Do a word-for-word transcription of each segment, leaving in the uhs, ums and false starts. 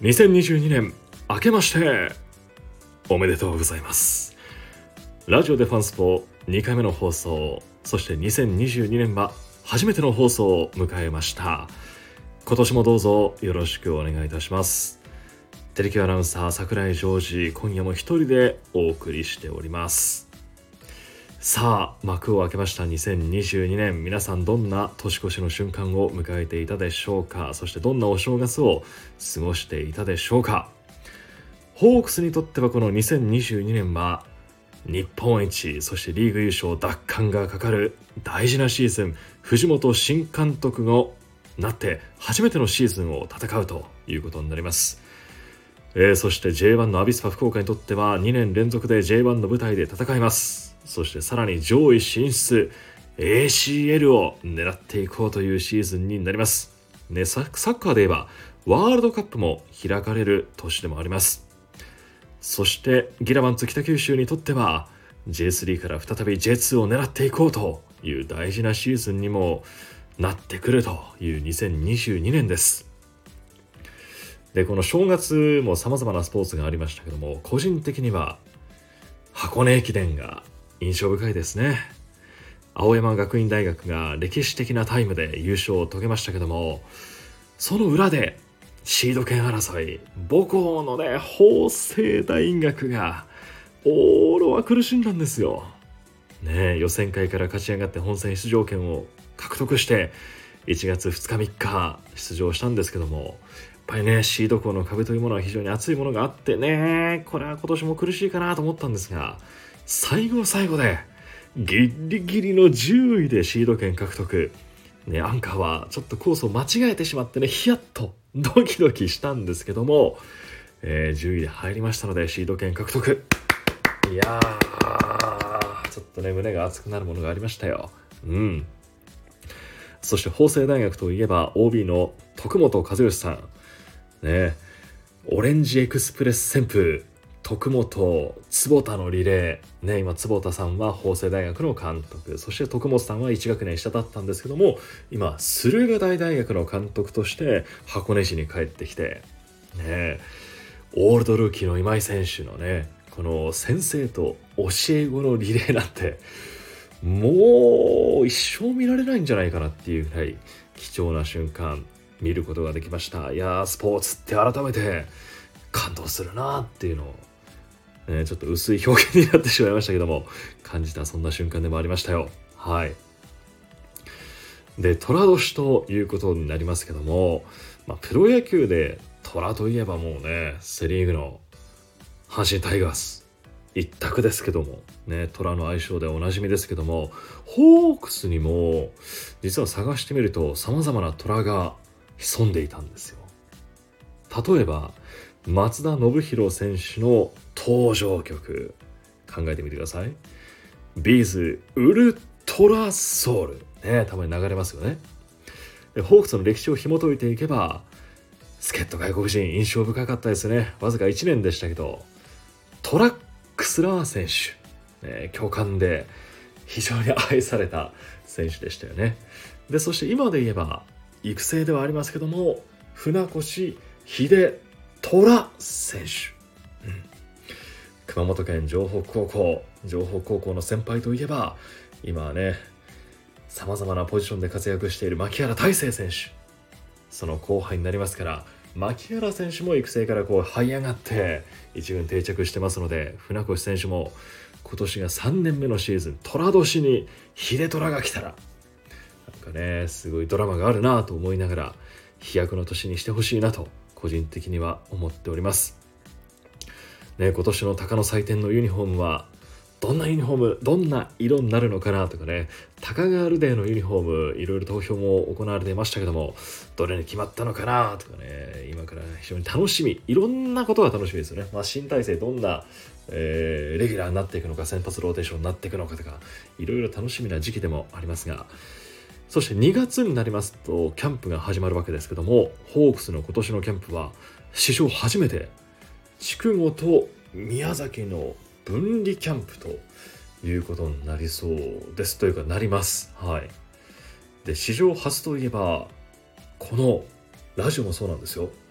にせんにじゅうにねん明けましておめでとうございます。ラジオでファンスポにかいめの放送、そしてにせんにじゅうにねんは初めての放送を迎えました。今年もどうぞよろしくお願いいたします。テレキューアナウンサー櫻井ジョージ、今夜も一人でお送りしております。さあ、幕を開けましたにせんにじゅうにねん、皆さんどんな年越しの瞬間を迎えていたでしょうか。そしてどんなお正月を過ごしていたでしょうか。ホークスにとってはこのにせんにじゅうにねんは日本一、そしてリーグ優勝奪還がかかる大事なシーズン。藤本新監督がなって初めてのシーズンを戦うということになります。えー、そして ジェイワン のアビスパ福岡にとってはにねん連続で ジェイワン の舞台で戦います。そしてさらに上位進出 エーシーエル を狙っていこうというシーズンになります、ね、サ, サッカーで言えばワールドカップも開かれる年でもあります。そしてギラバンツ北九州にとっては ジェイスリー から再び ジェイツー を狙っていこうという大事なシーズンにもなってくるというにせんにじゅうにねんです。で、この正月も様々なスポーツがありましたけども、個人的には箱根駅伝が印象深いですね。青山学院大学が歴史的なタイムで優勝を遂げましたけども、その裏でシード権争い、母校のね法政大学が往路は苦しんだんですよ。ねえ、予選会から勝ち上がって本戦出場権を獲得していちがつふつかみっか出場したんですけども、やっぱりねシード校の壁というものは非常に熱いものがあってね、これは今年も苦しいかなと思ったんですが、最後の最後でギリギリのじゅういでシード権獲得、ね、アンカーはちょっとコースを間違えてしまってね、ヒヤッとドキドキしたんですけども、えー、じゅういで入りましたのでシード権獲得。いやー、ちょっとね胸が熱くなるものがありましたよ。うん。そして法政大学といえば オービー の徳本和義さんね、オレンジエクスプレス旋風、徳本、坪田のリレー、ね、今坪田さんは法政大学の監督、そして徳本さんはいち学年下だったんですけども、今駿河台大学の監督として箱根路に帰ってきて、ね、オールドルーキーの今井選手のねこの先生と教え子のリレーなんてもう一生見られないんじゃないかなっていうぐらい貴重な瞬間見ることができました。いやー、スポーツって改めて感動するなーっていうのを、ね、ちょっと薄い表現になってしまいましたけども感じたそんな瞬間でもありましたよ。はい。で、寅年ということになりますけども、まあ、プロ野球で寅といえばもうねセリーグの阪神タイガース一択ですけどもね、虎の愛称でおなじみですけども、ホークスにも実は探してみると様々な虎が潜んでいたんですよ。例えば松田宣浩選手の登場曲考えてみてください。ビーズウルトラソウルね、たまに流れますよね。で、ホークスの歴史を紐解いていけば助っ人外国人印象深かったですね。わずかいちねんでしたけど、トラックスラー選手、ね、巨漢で非常に愛された選手でしたよね。で、そして今で言えば育成ではありますけども、船越秀虎選手、うん、熊本県城北高校城北高校の先輩といえば今はね様々なポジションで活躍している牧原大成選手、その後輩になりますから、牧原選手も育成からこう這い上がって一軍定着してますので、船越選手も今年がさんねんめのシーズン、寅年に秀虎が来たらなんかねすごいドラマがあるなと思いながら飛躍の年にしてほしいなと個人的には思っております、ね、今年の鷹の祭典のユニフォームはどんなユニフォーム、どんな色になるのかなとかね、タカガールデーのユニフォームいろいろ投票も行われていましたけども、どれに決まったのかなとかね、今から非常に楽しみ、いろんなことが楽しみですよね。まあ、新体制どんな、えー、レギュラーになっていくのか、先発ローテーションになっていくのかとか、いろいろ楽しみな時期でもありますが、そしてにがつになりますとキャンプが始まるわけですけども、ホークスの今年のキャンプは史上初めて筑後と宮崎の分離キャンプということになりそうですというかなります。はい。で、史上初といえばこのラジオもそうなんですよ。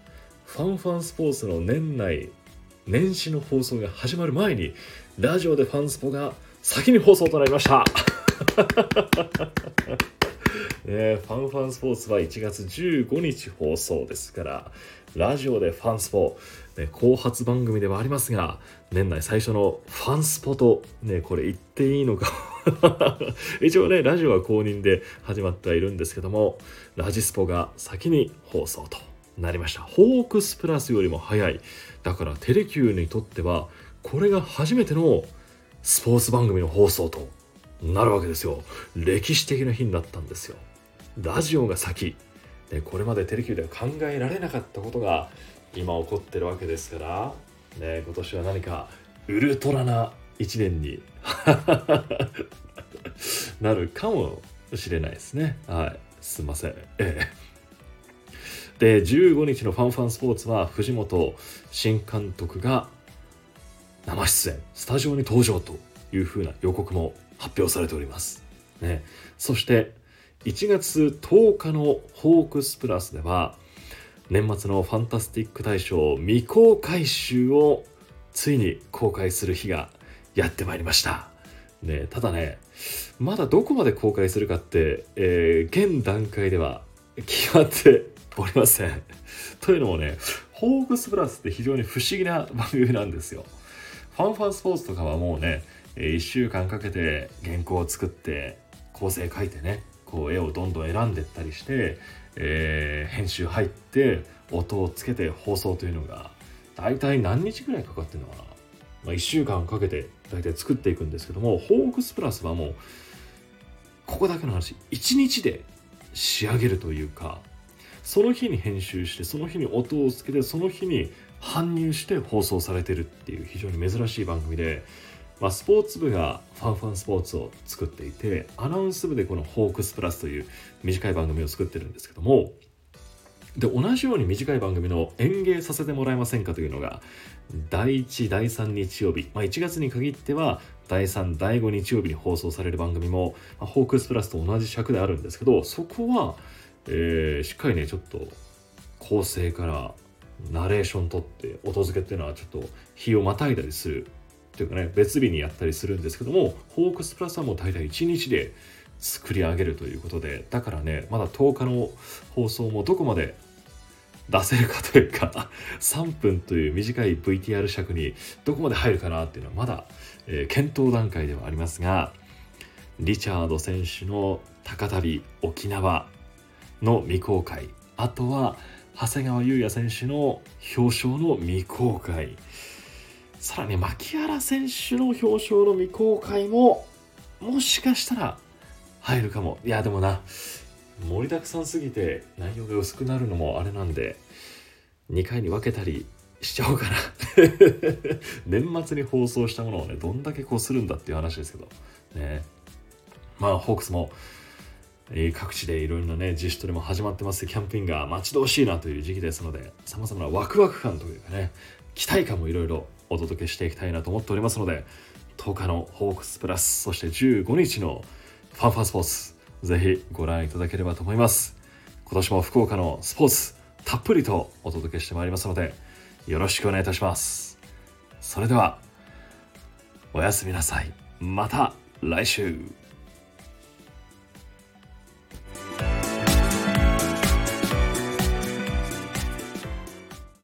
ファンファンスポーツの年内年始の放送が始まる前にラジオでファンスポが先に放送となりましたね、ファンファンスポーツはいちがつじゅうごにち放送ですから、ラジオでファンスポ、ね、後発番組ではありますが、年内最初のファンスポと、ね、これ言っていいのか一応ね、ラジオは公認で始まってはいるんですけども、ラジスポが先に放送となりました。ホークスプラスよりも早い。だからテレキューにとってはこれが初めてのスポーツ番組の放送となるわけですよ。歴史的な日になったんですよ。ラジオが先で、これまでテレキューでは考えられなかったことが今起こってるわけですから、ね、今年は何かウルトラないちねんになるかもしれないですね。はい、すいません。ええ、でじゅうごにちのファンファンスポーツは藤本新監督が生出演、スタジオに登場という風な予告も発表されております、ね、そしていちがつとおかのホークスプラスでは年末のファンタスティック大賞未公開集をついに公開する日がやってまいりました、ね、ただね、まだどこまで公開するかって、えー、現段階では決まっておりませんというのもね、ホークスプラスって非常に不思議な番組なんですよ。ファンファンスポーツとかはもうね、いっしゅうかんかけて原稿を作って構成書いてね、こう絵をどんどん選んでいったりして、えー、編集入って音をつけて放送というのが大体何日ぐらいかかってるのかな、まあ、いっしゅうかんかけて大体作っていくんですけども、ホークスプラスはもうここだけの話いちにちで仕上げるというか、その日に編集してその日に音をつけてその日に搬入して放送されてるっていう非常に珍しい番組で、まあ、スポーツ部がファンファンスポーツを作っていて、アナウンス部でこのホークスプラスという短い番組を作ってるんですけども、で同じように短い番組の演芸させてもらえませんかというのがだいいち、だいさん日曜日、まあ、いちがつに限ってはだいさん、だいご日曜日に放送される番組も、まあ、ホークスプラスと同じ尺であるんですけど、そこは、えー、しっかりねちょっと構成からナレーション取って音付けっていうのはちょっと日をまたいだりするというかね、別日にやったりするんですけども、ホークスプラスはもう大体いちにちで作り上げるということで、だからね、まだとおかの放送もどこまで出せるかというかさんぷんという短い ブイティーアール 尺にどこまで入るかなっていうのはまだ、えー、検討段階ではありますが、リチャード選手の高旅沖縄の未公開、あとは長谷川裕也選手の表彰の未公開、さらに牧原選手の表彰の未公開ももしかしたら入るかも。いやでもな、盛りだくさんすぎて内容が薄くなるのもあれなんでにかいに分けたりしちゃおうかな年末に放送したものをね、どんだけこうするんだっていう話ですけどね。まあホークスも各地でいろいろなね自主トレも始まってます。キャンプインが待ち遠しいなという時期ですので、さまざまなワクワク感というかね、期待感もいろいろお届けしていきたいなと思っておりますので、とおかのホークスプラス、そしてじゅうごにちのファンファンスポーツ、ぜひご覧いただければと思います。今年も福岡のスポーツたっぷりとお届けしてまいりますので、よろしくお願いいたします。それではおやすみなさい。また来週。